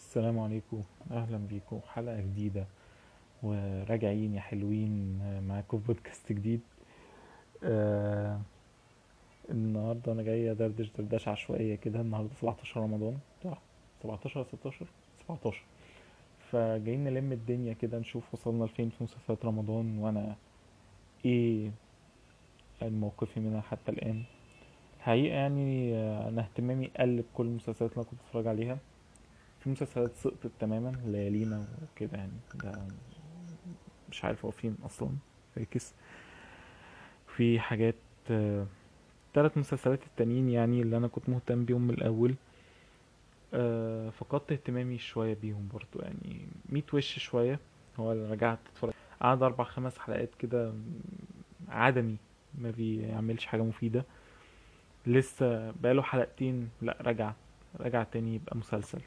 السلام عليكم. اهلا بيكم حلقة جديدة وراجعين يا حلوين معاكم في بودكاست جديد. آه النهاردة انا جاي دردش عشوائية كده. النهاردة 17 رمضان، صح؟ 17 16 17. فجايين نلم الدنيا كده، نشوف وصلنا لفين في مسلسلات رمضان، وانا ايه موقفي منها حتى الان. الحقيقة يعني انا اهتمامي قل بكل المسلسلات اللي انا كنت بتفرج عليها. في مسلسلات سقطت تماما، ليالينا وكده يعني. ده مش عارف هو فين اصلا، فاكس. في حاجات، آه، 3 مسلسلات التانيين يعني اللي انا كنت مهتم بيهم من الاول، فقدت اهتمامي شوية بيهم برضو يعني. ميت وش شوية هو اللي رجعت اتفرج، قعد 4 5 حلقات كده عدمي، ما بيعملش حاجة مفيدة. لسه بقاله حلقتين، لا رجع تاني يبقى مسلسل.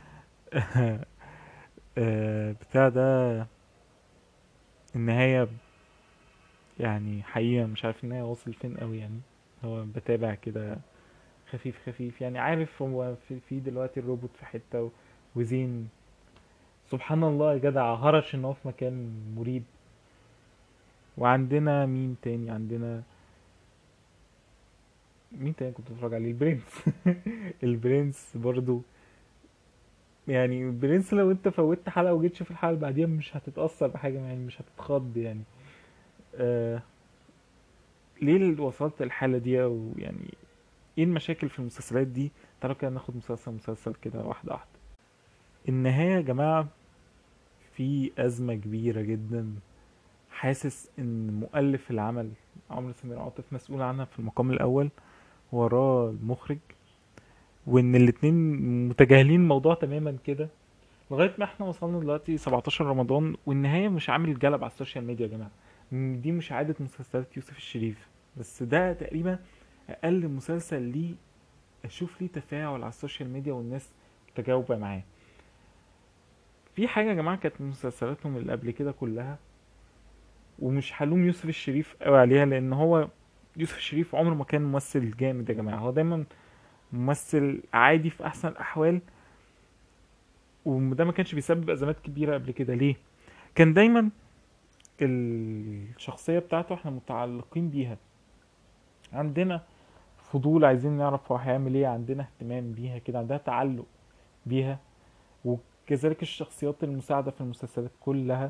بتاع ده النهاية، يعني حقيقة مش عارف النهاية واصل فين قوي يعني. هو بتابع كده خفيف خفيف يعني. عارف هو في دلوقتي الروبوت في حتة وزين سبحان الله يا جدع هرش ان هو في مكان مريب. وعندنا مين تاني؟ عندنا مين تاني كنت بتفرج عليه؟ البرنس. البرنس برضو. يعني البرنس لو انت فوتت حلقة وجيت تشوف الحلقة اللي بعديها مش هتتأثر بحاجة يعني، مش هتتخض يعني. آه ليه وصلت الحالة دي؟ او يعني ايه المشاكل في المسلسلات دي؟ تعالوا كده ناخد مسلسل مسلسل كده، واحدة واحدة. النهاية يا جماعة، في أزمة كبيرة جدا. حاسس ان مؤلف العمل عمرو سمير عاطف مسؤول عنها في المقام الاول، وراه المخرج، وان الاتنين متجاهلين الموضوع تماما كده. لغايه ما احنا وصلنا دلوقتي 17 رمضان، والنهايه مش عامل جلب على السوشيال ميديا يا جماعه. دي مش عاده مسلسلات يوسف الشريف، بس ده تقريبا اقل مسلسل ليه اشوف ليه تفاعل على السوشيال ميديا والناس متجاوبه معاه. في حاجه يا جماعه كانت مسلسلاتهم اللي قبل كده كلها، ومش هلوم يوسف الشريف قوي عليها، لان هو يوسف الشريف عمره ما كان ممثل جامد يا جماعه. هو دايما ممثل عادي في احسن الاحوال، وده ما كانش بيسبب ازمات كبيره قبل كده. ليه؟ كان دايما الشخصيه بتاعته احنا متعلقين بيها، عندنا فضول عايزين نعرف هو هيعمل ايه، عندنا اهتمام بيها كده، عندها تعلق بيها. وكذلك الشخصيات المساعده في المسلسلات كلها،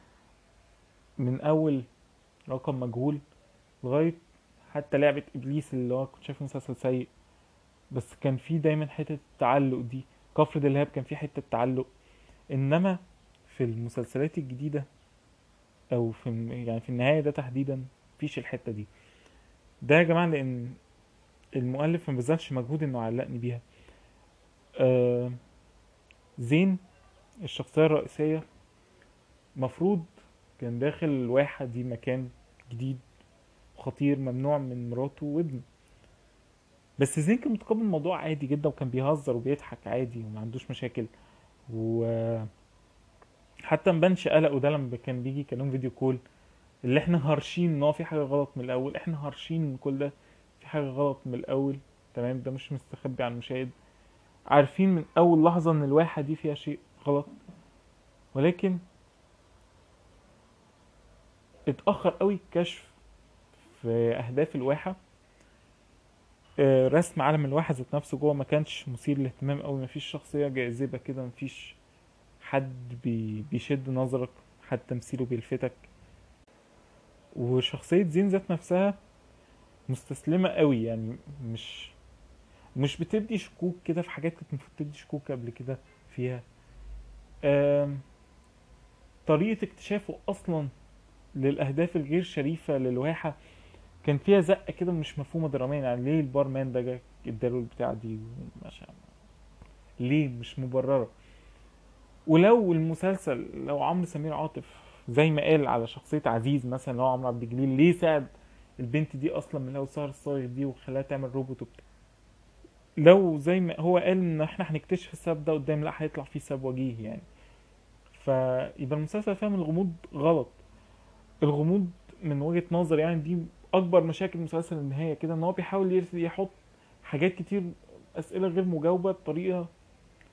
من اول رقم مجهول لغايه حتى لعبه ابليس اللي هو كنت شايف مسلسل سيء، بس كان في دايما حتة التعلق دي. كفر دلهاب كان في حتة تعلق. انما في المسلسلات الجديدة، او في يعني في النهاية ده تحديدا، مفيش الحتة دي. ده يا جماعة لان المؤلف ما بذلش مجهود انه علقني بيها. آه زين الشخصية الرئيسية مفروض كان داخل الواحة دي مكان جديد خطير، ممنوع من مراته وابنه. بس زين كان متقبل الموضوع عادي جدا، وكان بيهزر وبيضحك عادي وما عندوش مشاكل. و حتى مبانش قلقه ده لما كان بيجي يكلمهم فيديو كول، اللي احنا هارشين ان هو في حاجه غلط من الاول. احنا هارشين من كل ده، في حاجه غلط من الاول. تمام، ده مش مستخبي عن المشاهد، عارفين من اول لحظه ان الواحه دي فيها شيء غلط. ولكن اتاخر قوي الكشف في اهداف الواحه. رسم عالم الواحه ذات نفسه جوه ما كانش مثير للاهتمام قوي. مفيش شخصيه جاذبه كده، مفيش حد بيشد نظرك، حد تمثيله بيلفتك. وشخصيه زين ذات نفسها مستسلمة قوي يعني، مش بتدي شكوك كده في حاجات كنت المفروض تدي شكوك قبل كده فيها. آم، طريقة اكتشافه أصلا للأهداف الغير شريفة للواحة كان فيها زقة كده مش مفهومة دراميا. يعني ليه البارمان ده جا اداله البتاع دي؟ مش ليه؟ مش مبررة. ولو المسلسل، لو عمرو سمير عاطف زي ما قال على شخصية عزيز مثلا، اللي هو عمرو عبد الجليل، ليه ساعد البنت دي أصلا من الأول سهر الصايغ دي وخلاها تعمل روبوت وبتاع؟ لو زي ما هو قال ان احنا هنكتشف السبب ده قدام، لا هيطلع فيه سبب وجيه يعني. فيبقى المسلسل فاهم الغموض غلط. الغموض من وجهة نظر يعني دي اكبر مشاكل مسلسل النهاية كده، ان هو بيحاول يحط حاجات كتير، اسئلة غير مجاوبة بطريقة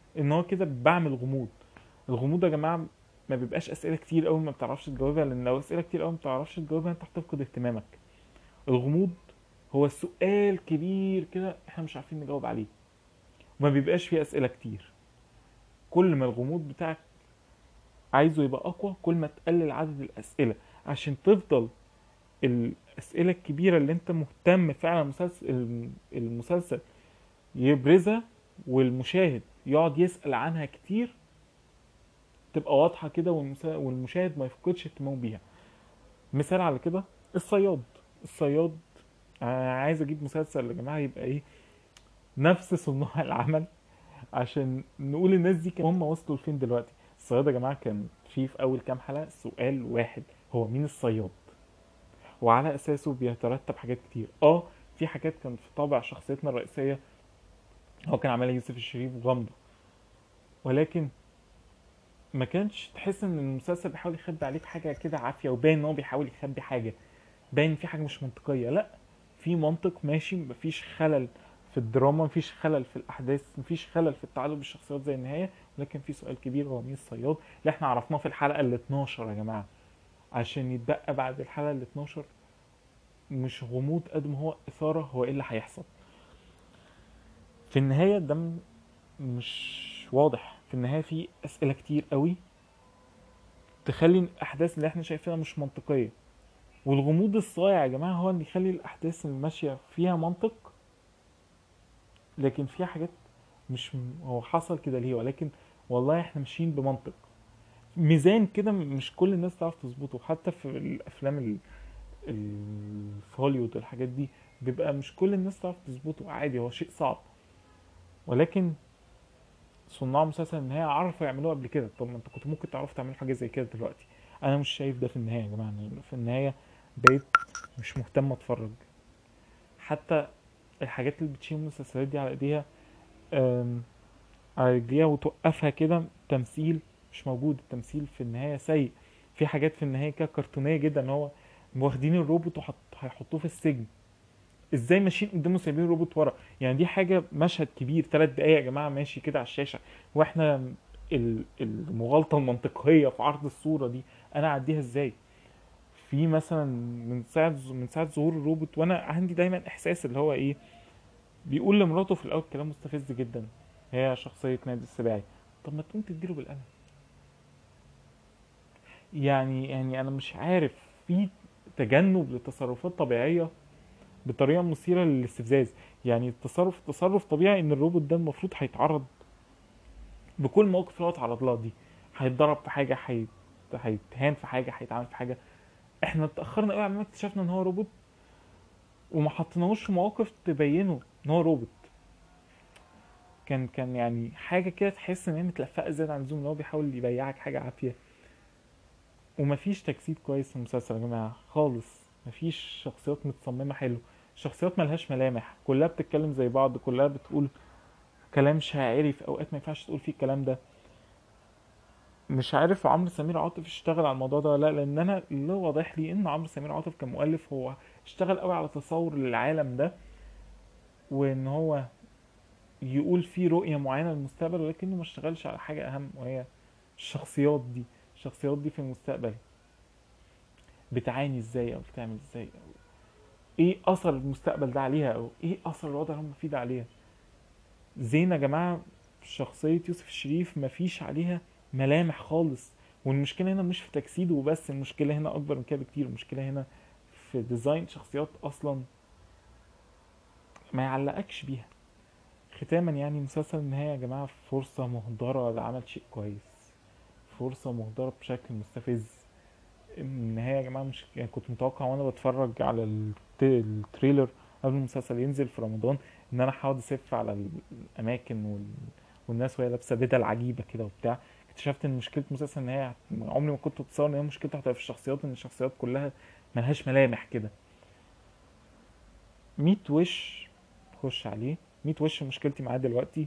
ان هو كده بعمل غموض. الغموض يا جماعه ما بيبقاش اسئله كتير قوي ما بتعرفش تجاوبها، لان لو اسئله كتير قوي ما بتعرفش تجاوبها انت هتفقد اهتمامك. الغموض هو السؤال كبير كده احنا مش عارفين نجاوب عليه، وما بيبقاش فيه اسئله كتير. كل ما الغموض بتاعك عايزه يبقى اقوى، كل ما تقلل عدد الاسئله عشان تفضل الاسئله الكبيره اللي انت مهتم فعلا المسلسل يبرزها، والمشاهد يقعد يسأل عنها كتير، تبقى واضحة كده والمشاهد ما يفقدش اهتمامه بيها. مثال على كده الصياد. الصياد، انا عايز اجيب مسلسل يا جماعة يبقى ايه، نفس صناع العمل، عشان نقول الناس دي كان هم وصلوا لفين دلوقتي. الصياد يا جماعة كان في اول كام حلقة سؤال واحد، هو مين الصياد؟ وعلى اساسه بيترتب حاجات كتير. في حاجات كان في طابع شخصيتنا الرئيسية، هو كان عمال يوسف الشريف غامضة، ولكن ما كانش تحس ان المسلسل بيحاول يخبي عليك حاجه كده عافيه، وباين ان هو بيحاول يخبي حاجه، باين في حاجه مش منطقيه. لا، في منطق ماشي، مفيش خلل في الدراما، مفيش خلل في الاحداث، مفيش خلل في التعلق بالشخصيات زي النهايه. ولكن في سؤال كبير، هو مين الصياد اللي احنا عرفناه في الحلقه ال 12 يا جماعه؟ عشان يتبقى بعد الحلقه ال 12 مش غموض قد ما هو اثاره، هو ايه اللي هيحصل في النهايه. ده مش واضح في النهايه، في اسئله كتير قوي تخلي الاحداث اللي احنا شايفينها مش منطقيه. والغموض الصايع يا جماعه هو اللي يخلي الاحداث الماشيه فيها منطق، لكن فيها حاجات مش هو حصل كده ليه، ولكن والله احنا ماشيين بمنطق. ميزان كده مش كل الناس تعرف تظبطه، حتى في الافلام في هوليوود الحاجات دي بيبقى مش كل الناس تعرف تظبطه، عادي هو شيء صعب. ولكن صناع مسلسل النهاية عرفوا يعملوه قبل كده. طب ما انت كنت ممكن تعرفوا تعملوا حاجة زي كده دلوقتي. انا مش شايف ده في النهاية يا جماعة. أنا في النهاية بقيت مش مهتم اتفرج. حتى الحاجات اللي بتشيل المسلسلات دي على ايديها، أم، على رجليها وتوقفها كده، تمثيل مش موجود. التمثيل في النهاية سيء. في حاجات في النهاية كده كرتونية جدا، ان هو واخدين الروبوت هيحطوه في السجن، ازاي ماشيين قدامه سايبين الروبوت ورا؟ يعني دي حاجة مشهد كبير 3 دقايق يا جماعة ماشي كده على الشاشة، واحنا المغالطة المنطقية في عرض الصورة دي انا اعديها ازاي؟ في مثلا من ساعة ظهور الروبوت وانا عندي دايما احساس اللي هو ايه، بيقول لمراته في الاول كلام مستفز جدا، هي شخصية نادي السباعي، طب ما تقوم تديله بالقلم. يعني انا مش عارف، في تجنب لتصرفات طبيعية بطريقة مثيرة للاستفزاز. يعني تصرف طبيعي ان الروبوت ده المفروض هيتعرض بكل مواقف اللي هو اتعرض لها دي، هيتضرب في حاجة، هيتهان في حاجة، هيتعامل في حاجة. احنا اتأخرنا قوي على ما اكتشفنا ان هو روبوت، وما حطيناهوش في مواقف تبينه ان هو روبوت. كان يعني حاجه كده تحس ان هي متلفقه زياده عن اللزوم، اللي هو بيحاول يبيعك حاجه عافيه. ومفيش تجسيد كويس في المسلسل يا جماعه خالص، مفيش شخصيات متصممه حلو. الشخصيات ملهاش ملامح، كلها بتتكلم زي بعض، كلها بتقول كلام شاعري في اوقات ما ينفعش تقول فيه الكلام ده. مش عارف عمرو سمير عاطف اشتغل على الموضوع ده ولا لا، لان انا اللي واضح لي ان عمرو سمير عاطف كمؤلف هو اشتغل قوي على تصور للعالم ده، وان هو يقول فيه رؤية معينة للمستقبل، ولكنه ما اشتغلش على حاجة أهم، وهي الشخصيات دي في المستقبل بتعاني ازاي، أو بتعمل ازاي، أو ايه أثر المستقبل ده عليها، أو ايه أثر الوضع اللي هم فيه ده عليها. زينة يا جماعة، شخصية يوسف الشريف مفيش عليها ملامح خالص. والمشكلة هنا مش في تجسيده وبس، المشكلة هنا أكبر من كده بكتير. المشكلة هنا في ديزاين شخصيات أصلا ما يعلقكش بيها. ختاما يعني مسلسل النهاية يا جماعة فرصة مهدرة لعمل شيء كويس، فرصة مهدرة بشكل مستفز. النهاية يا جماعة مش يعني كنت متوقع وانا بتفرج على التريلر قبل المسلسل ينزل في رمضان ان انا هقعد اسف على الاماكن والناس وهي لابسة بدل عجيبة كده وبتاع. اكتشفت ان مشكلة مسلسل النهاية عمري ما كنت اتصور ان هي مشكلتها هتبقى في الشخصيات، ان الشخصيات كلها ملهاش ملامح كده. ميت وش، خش عليه. ميت وش مشكلتي معاه دلوقتي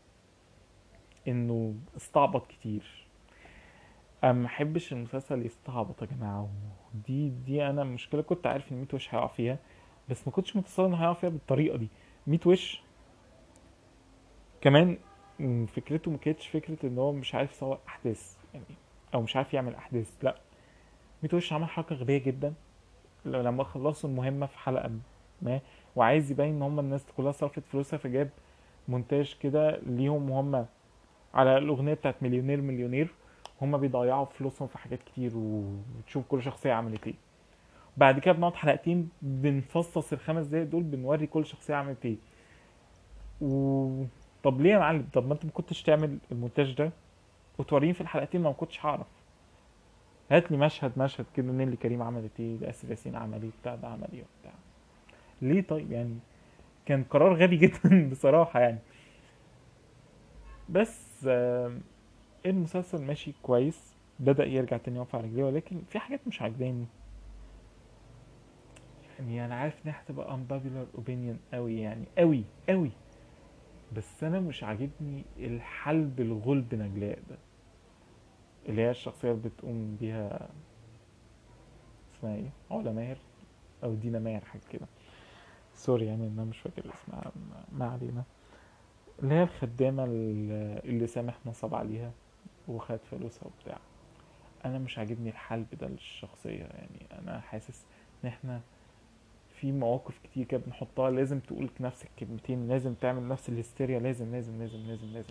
انه استعبط كتير. انا ما احبش المسلسل يستعبط يا جماعه. دي انا مشكله كنت عارف ان ميت وش هيقع فيها، بس ما كنتش متصور انه هيقع فيها بالطريقه دي. ميت وش كمان فكرته ما كانتش فكره ان هو مش عارف يسوق احداث يعني، او مش عارف يعمل احداث، لا. ميت وش عمل حركه غبيه جدا لما خلصوا المهمه في حلقه ما، وعايز يبين ان هم الناس كلها صرفت فلوسها، فجاب مونتاج كده ليهم وهم على الاغنيه بتاعت مليونير مليونير، هم بيضيعوا فلوسهم في حاجات كتير، وتشوف كل شخصيه عملت ايه. بعد كده بنقعد حلقتين بنفصص ال5 دقايق دول، بنوري كل شخصيه عملت ايه. و طب ليه يا معلم؟ طب ما انت ما كنتش تعمل المونتاج ده وتوريني في الحلقتين، ما كنتش هعرف. هات لي مشهد مشهد كده، نيللي كريم عملت ايه، ده اسر ياسين عمل ايه، بتاع ده عمل ايه وبتاع. ليه طيب يعني؟ كان قرار غبي جدا بصراحه يعني. بس المسلسل ماشي كويس، بدأ يرجع تاني يقف على رجليه، ولكن في حاجات مش عاجباني. يعني انا عارف انها هتبقى unpopular opinion قوي يعني، قوي قوي. بس انا مش عاجبني الحلب الغلب نجلاء ده، اللي هي الشخصيه اللي بتقوم بيها. اسمها ايه؟ علا ماهر او دينا ماهر، حاجه كده. سوري يعني ان انا مش فاكر اسمها، ما علينا. اللي هي الخدامه اللي سامح نصب عليها وخد فلوسها وبتاع. انا مش عاجبني الحلب ده للشخصيه يعني. انا حاسس ان احنا في مواقف كتير كده بنحطها لازم تقول نفس الكلمتين، لازم تعمل نفس الهستيريا، لازم لازم لازم لازم لازم.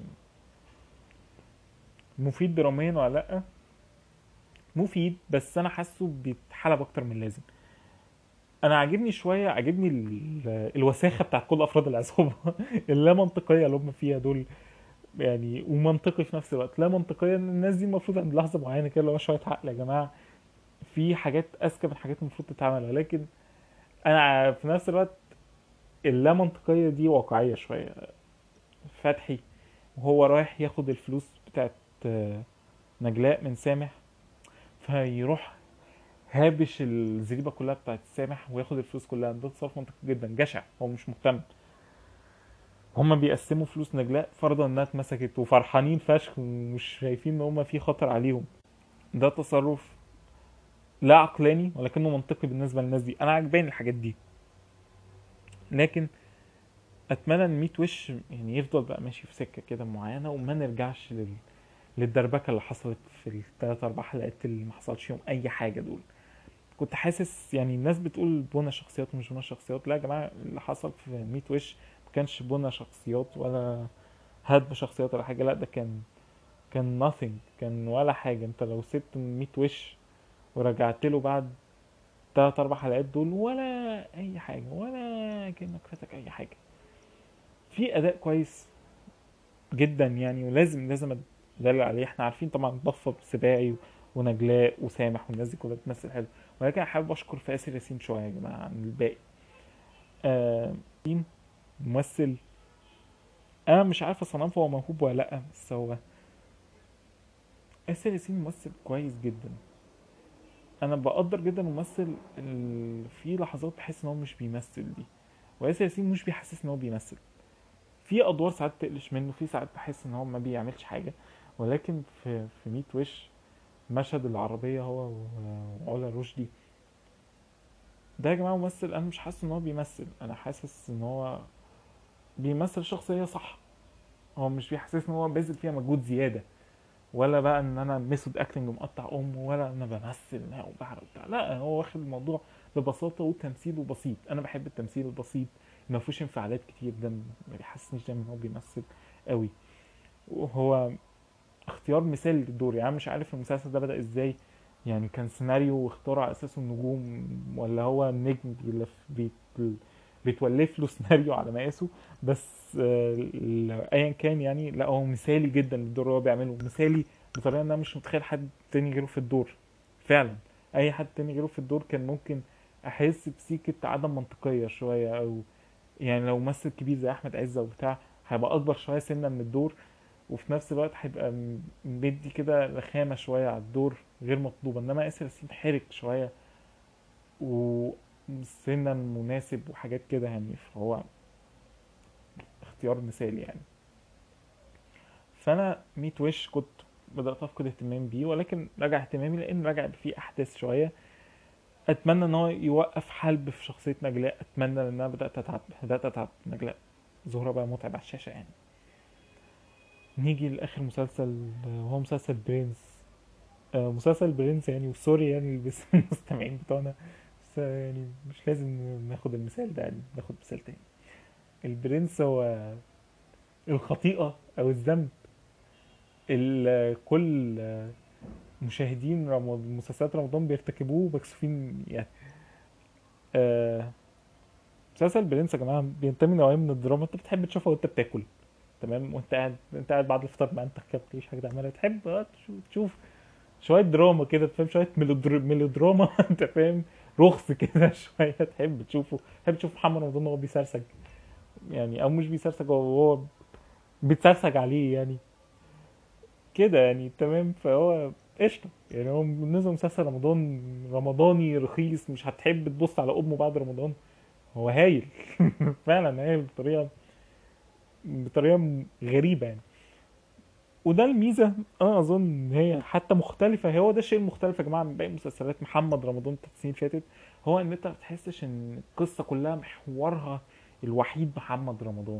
مفيد دراميا ولا لا؟ مفيد، بس انا حاسه بيتحلب اكتر من لازم. انا عاجبني شويه، عاجبني الوساخه بتاعت كل افراد العصابه اللا منطقيه اللي هم فيها دول يعني، ومنطقي في نفس الوقت. لا منطقيه ان الناس دي المفروض عند لحظه معينه كده اللي هو شويه عقل يا جماعه، في حاجات اذكى من حاجات المفروض تتعمل. ولكن انا في نفس الوقت اللا منطقيه دي واقعيه شويه. فتحي وهو رايح ياخد الفلوس بتاعت نجلاء من سامح، فيروح هابش الزريبه كلها بتاعت سامح وياخد الفلوس كلها. ده تصرف منطقي جدا، جشع، هو مش مهتم. هما بيقسموا فلوس نجلاء فرضا انها اتمسكت، وفرحانين فشخ ومش شايفين ان هما في خطر عليهم. ده تصرف لا عقلاني ولكنه منطقي بالنسبه للناس دي. انا عجباني الحاجات دي، لكن اتمنى ان ميت وش يعني يفضل بقى ماشي في سكه كده معينه، وما نرجعش للدربكه اللي حصلت في ال3 4 حلقات اللي ما حصلش فيهم اي حاجه دول. كنت حاسس يعني الناس بتقول بنى شخصيات ومش بنى شخصيات. لا يا جماعه، اللي حصل في ميت وش ما كانش بنى شخصيات ولا هدم شخصيات ولا حاجه. لا ده كان nothing، كان ولا حاجه. انت لو سبت ميت وش ورجعت له بعد 3 4 حلقات دول، ولا اي حاجه، ولا كانك فاتك اي حاجه. في اداء كويس جدا يعني، ولازم ادلل عليه. احنا عارفين طبعا ضفة سباعي ونجلاء وسامح والناس دي كلها بتمثل حلو، ولكن انا حابب اشكر في اسر ياسين شويه يا جماعه عن الباقي. ممثل انا مش عارف اصنفه هو موهوب ولا لا، بس هو اسر ياسين ممثل كويس جدا. انا بقدر جدا الممثل في لحظات بحس ان هو مش بيمثل دي، واسر ياسين مش بيحسس ان هو بيمثل. في ادوار ساعات تقلش منه، في ساعات بحس ان هو ما بيعملش حاجه. ولكن في ميت وش، مشهد العربيه هو وعلا رشدي، ده يا جماعه ممثل. انا مش حاسس ان هو بيمثل، انا حاسس ان هو بيمثل شخصيه صح. هو مش بيحسسني ان هو باذل فيها مجهود زياده، ولا بقى ان انا ميثود اكتنج مقطع امه، ولا انا بمثل وبحرق وبتاع. لا، هو واخد الموضوع ببساطه وتمثيله بسيط. انا بحب التمثيل البسيط ما فيهوش انفعالات كتير، ده ما بيحسسنيش دايما ان هو بيمثل قوي. وهو اختيار مثالي للدور يعني. أنا مش عارف المسلسل ده بدأ ازاي يعني، كان سيناريو واختار على اساسه النجوم، ولا هو النجم بيتولف له سيناريو على مقاسه. بس ايا كان يعني، لا هو مثالي جدا للدور اللي هو بيعمله، مثالي بطريقه ان انا مش متخيل حد تاني غيره في الدور فعلا. اي حد تاني غيره في الدور كان ممكن احس بسيكه عدم منطقيه شويه، او يعني لو ممثل كبير زي احمد عز او بتاع هيبقى اكبر شويه سنه من الدور، وفي نفس الوقت هيبقى مدي كده رخامه شويه على الدور غير مطلوبه. انما اسر ياسين حرك شويه وسنا مناسب وحاجات كده يعني، فهو اختيار مثالي يعني. فانا ميت وش كنت بدات افقد اهتمامي بيه، ولكن رجع اهتمامي لان رجع فيه احداث شويه. اتمنى ان هو يوقف حلب في شخصيه نجلاء. اتمنى لان انا بدات اتعب نجلاء. زهره بقى متعب على الشاشه يعني. نيجي لاخر مسلسل، وهو مسلسل برنس. مسلسل برنس يعني، وسوري يعني بس المستمعين بتوعنا، بس يعني مش لازم ناخد المثال ده، يعني ناخد مثال تاني. البرنس هو الخطيئة او الذنب كل مشاهدين مسلسلات رمضان بيرتكبوه مكسوفين يعني. آه، مسلسل برنس يا جماعه بينتمي لنوعيه من الدراما انت بتحب تشوفها وانت بتاكل، تمام، وانت قاعد بعد الفطار ما انت كده مفيش حاجه تعملها، تحب تشوف شويه دراما كده، فاهم، شويه ميلودراما انت فاهم، رخص كده شويه تحب تشوفه، تحب تشوف محمد رمضان وهو بيسرسج يعني، او مش بيسرسج، هو بيتسرسج عليه يعني كده يعني، تمام. فهو قشطه يعني، هو بالنسبه لمسلسل رمضان رمضاني رخيص، مش هتحب تبص على امه بعد رمضان، هو هايل فعلا هايل بطريقه غريبه يعني. وده الميزه، انا اظن ان هي حتى مختلفه، هو ده الشيء المختلف يا جماعه من باقي مسلسلات محمد رمضان بتاعت السنين اللي فاتت، هو ان انت ما تحسش ان القصه كلها محورها الوحيد محمد رمضان.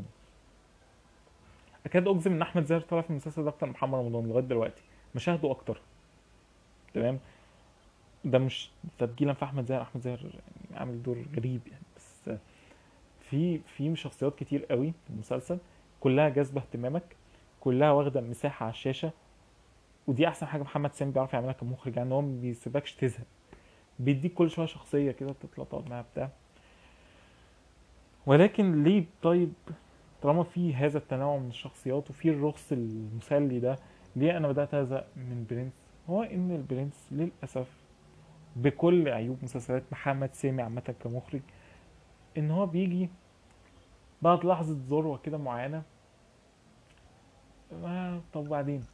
اكاد اجزم ان احمد زاهر طلع في المسلسل ده اكتر من محمد رمضان لغايه دلوقتي، مشاهده اكتر، تمام. ده مش تبجيلا في احمد زاهر، احمد زاهر يعني عامل دور غريب يعني، بس في شخصيات كتير قوي في المسلسل، كلها جاذبه اهتمامك، كلها واخده مساحه على الشاشه. ودي احسن حاجه محمد سامي بيعرف يعملها كمخرج، يعني هو ما بيسيبكش تزهق، بيديك كل شويه شخصيه كده تطلع تقعد معاها بتاع. ولكن ليه طيب، طالما في هذا التنوع من الشخصيات وفي الرخص المسلي ده، ليه انا بدات ازهق من برنس؟ هو ان البرنس للاسف بكل عيوب مسلسلات محمد سامي عامه كمخرج، ان هو بيجي بعد لحظه ذروه كده معينه، طب وبعدين؟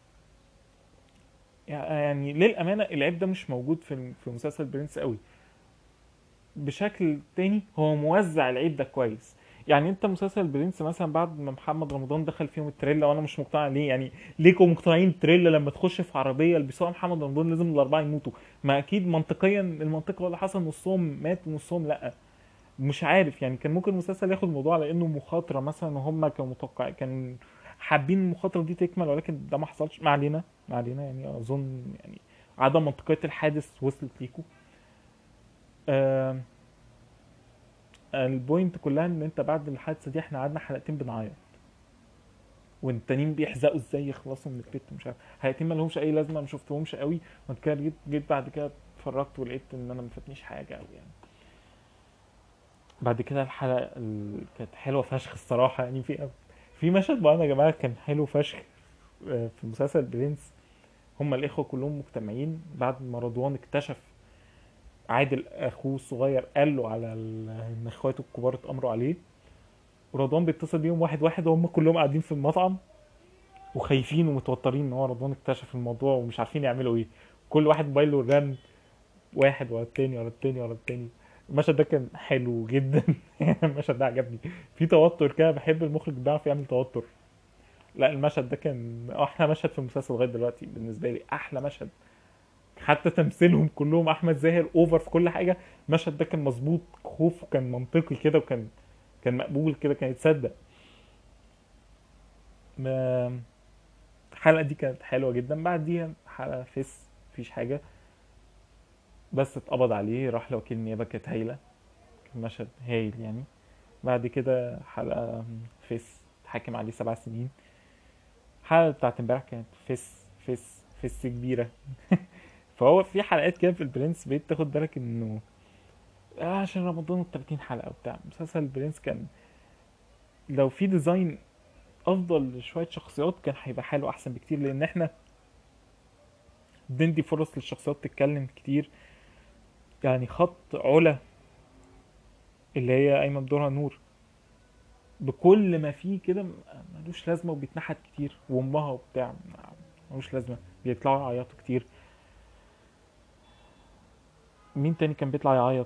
يعني للامانه العيب ده مش موجود في مسلسل برنس قوي. بشكل تاني هو موزع العيب ده كويس. يعني انت مسلسل برنس مثلا بعد ما محمد رمضان دخل فيهم التريلا، وانا مش مقتنع ليه يعني، ليكوا مقتنعين التريلا لما تخش في عربيه اللي بيسوقها محمد رمضان لازم الاربعه يموتوا؟ ما اكيد منطقيا المنطق هو اللي حصل، نصهم مات ونصهم لا. مش عارف يعني، كان ممكن المسلسل ياخد الموضوع على انه مخاطره مثلا، وهم كانوا متوقع كان حابين المخاطره دي تكمل، ولكن ده ما حصلش. ما علينا ما علينا يعني، اظن يعني عدم منطقيه الحادث وصلت ليكوا. آه، البوينت كلها ان انت بعد الحادثه دي احنا قعدنا حلقتين بنعيط، والتانيين بيحزقوا ازاي يخلصوا من البيت، مش عارف حلقتين ما لهمش اي لازمه، ما شفتهمش قوي. وبعد كده جيت بعد كده اتفرجت ولقيت ان انا ما فاتنيش حاجه قوي يعني. بعد كده الحلقه كانت حلوه فشخ الصراحه يعني، في مشهد معين يا جماعه كان حلو فشخ، في مسلسل برنس. هما الاخوه كلهم مجتمعين بعد ما رضوان اكتشف عادل اخوه الصغير قال له على ان اخواته الكبار اتامروا عليه، ورضوان بيتصل بيهم واحد واحد وهم كلهم قاعدين في المطعم وخايفين ومتوترين ان هو رضوان اكتشف الموضوع ومش عارفين يعملوا ايه. كل واحد موبايله رن، واحد ورا التاني ورا التاني ورا التاني. المشهد ده كان حلو جدا المشهد ده عجبني، في توتر كده، بحب المخرج اللي بيعرف يعمل توتر. لا المشهد ده كان احلى مشهد في المسلسل لغايه دلوقتي بالنسبه لي، احلى مشهد. حتى تمثيلهم كلهم، احمد زاهر اوفر في كل حاجه، المشهد ده كان مظبوط، خوف وكان منطقي كده، كان مقبول كده، كان يتصدق. ما- الحلقه دي كانت حلوه جدا. بعديها حلقه مفيش حاجه، بس اتقبض عليه راح لوكيل النيابه، كانت هايله، كان مشهد هايل يعني. بعد كده حلقه اتحاكم عليه 7 سنين. الحلقه بتاعت امبارح كانت فيس كبيره فهو في حلقات كده في البرنس بقيت تاخد بالك انه عشان رمضان 30 حلقه وبتاع. مسلسل البرنس كان لو في ديزاين افضل لشويه شخصيات كان هيبقى حاله احسن بكتير، لان احنا بندي فرص للشخصيات تتكلم كتير. يعني خط علا اللي هي قايمه بدورها نور، بكل ما فيه كده ملوش لازمه وبيتنحت كتير، وامها وبتاع ملوش لازمه، بيطلعوا يعيطوا كتير. مين تاني كان بيطلع يعيط؟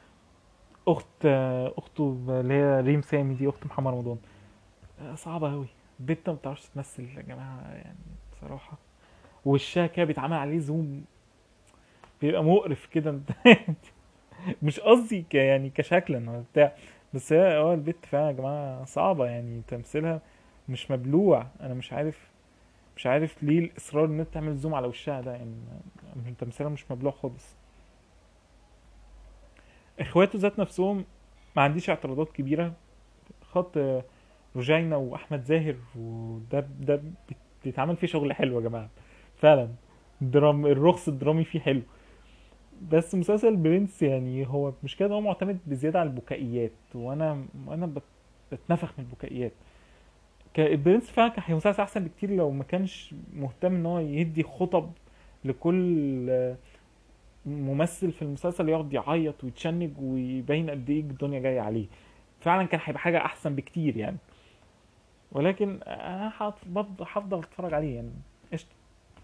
اخته اللي هي ريم سامي دي، اخت محمد رمضان، صعبه قوي. البت ما بتعرفش تمثل يا جماعه يعني بصراحه، وشها كده بيتعمل عليه زوم، بيبقى مقرف كده مش قصدي يعني كشكلا ولا بتاع، بس هي البت فعلا يا جماعه صعبه يعني، تمثيلها مش مبلوع، انا مش عارف مش عارف ليه الاصرار ان انت تعمل زوم على وشها ده يعني. تمثيلها مش مبلوع خالص. اخواته ذات نفسهم ما عنديش اعتراضات كبيره. خط روجينا واحمد زاهر، وده بيتعمل فيه شغل حلو يا جماعه فعلا. الرخص الدرامي فيه حلو. بس مسلسل برنس يعني هو مش كده، هو معتمد بزياده على البكائيات، وانا بتنفخ من البكائيات. البرنس فعلا كان مسلسل احسن بكتير لو ما كانش مهتم ان هو يدي خطب لكل ممثل في المسلسل يقعد يعيط ويتشنج ويبين قد ايه الدنيا جايه عليه. فعلا كان هيبقى حاجه احسن بكتير يعني. ولكن انا هفضل اتفرج عليه يعني. قشطه.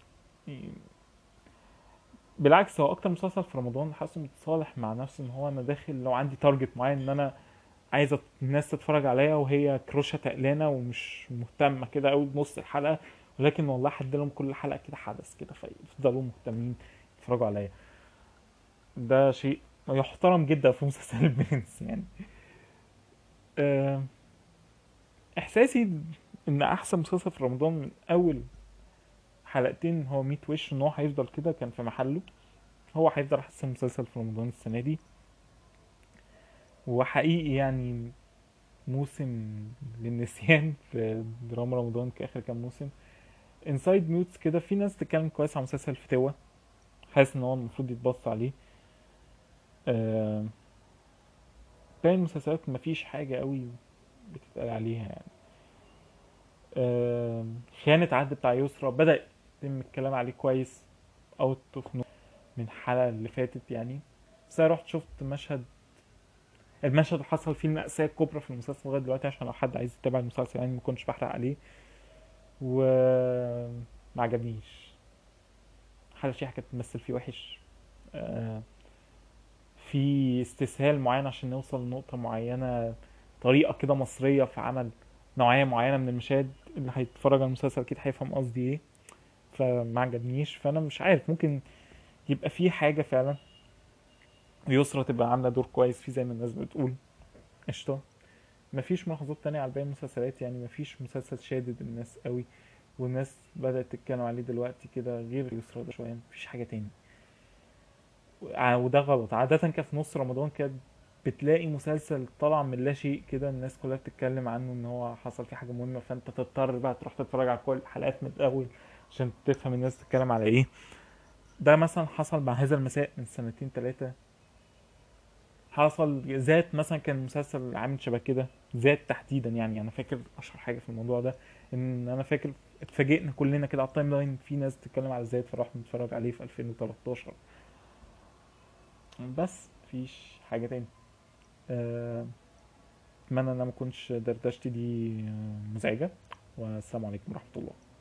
بالعكس هو اكتر مسلسل في رمضان حاسه متصالح مع نفسه، ان هو انا داخل لو عندي تارجت معين ان انا عايز الناس تتفرج عليا وهي كروشه تقلانه ومش مهتمه كده قوي بنص الحلقه، ولكن والله حد لهم كل حلقه كده حدث كده فيفضلوا مهتمين يتفرجوا عليا. ده شيء يحترم جدا في مسلسل البرنس يعني. آه، احساسي ان احسن مسلسل في رمضان من اول حلقتين هو ميت وش، ان هو هيفضل كده كان في محله. هو هيفضل احسن مسلسل في رمضان السنه دي. وحقيقي يعني موسم للنسيان في دراما رمضان كاخر كام موسم. انسايد نوتس كده في ناس تتكلم كويس عن مسلسل فتوة، حاسس ان هو المفروض يتبص عليه. آه، باقي المسلسلات مفيش حاجة قوي بتتقال عليها يعني. خيانة عهد بتاع يسرا بدأ يتم الكلام عليه كويس، اوت اوف من الحلقة اللي فاتت يعني. بس انا رحت شفت المشهد اللي حصل فيه المأساة الكبرى في المسلسل لغاية دلوقتي، عشان لو حد عايز يتابع المسلسل يعني ما كنتش بحرق عليه. و ما عجبنيش. حلا شيحة كانت بتمثل فيه وحش. آه، في استسهال معين عشان نوصل لنقطة معينة، طريقة كده مصرية في عمل نوعية معينة من المشاهد. اللي هيتفرج على المسلسل أكيد هيفهم قصدي ايه. فما عجبنيش، فأنا مش عارف ممكن يبقى في حاجة فعلا ويسرا تبقى عاملة دور كويس فيه زي ما الناس بتقول. قشطة. مفيش ملاحظات تانية على باقي المسلسلات يعني. مفيش مسلسل شادد الناس قوي والناس بدأت تتكلم عليه دلوقتي كده غير يسرا ده شوية. مفيش حاجة تاني. وده غلط. عادة كان في نص رمضان كده بتلاقي مسلسل طلع من لا شيء كده الناس كلها بتتكلم عنه ان هو حصل فيه حاجة مهمة، فانت تضطر بقى تروح تتفرج على كل الحلقات من الاول عشان تفهم الناس بتتكلم على ايه. ده مثلا حصل مع هذا المساء من سنتين ثلاثة. حصل ذات مثلا كان مسلسل عامل شبه كده. ذات تحديدا يعني انا فاكر اشهر حاجة في الموضوع ده، ان انا فاكر اتفاجئنا كلنا كده على التايم لاين في ناس بتتكلم على ذات، فرحنا نتفرج عليه في 2013. بس مفيش حاجة تاني. آه، اتمنى ان انا ما اكونش دردشتي دي مزعجة. والسلام عليكم ورحمة الله.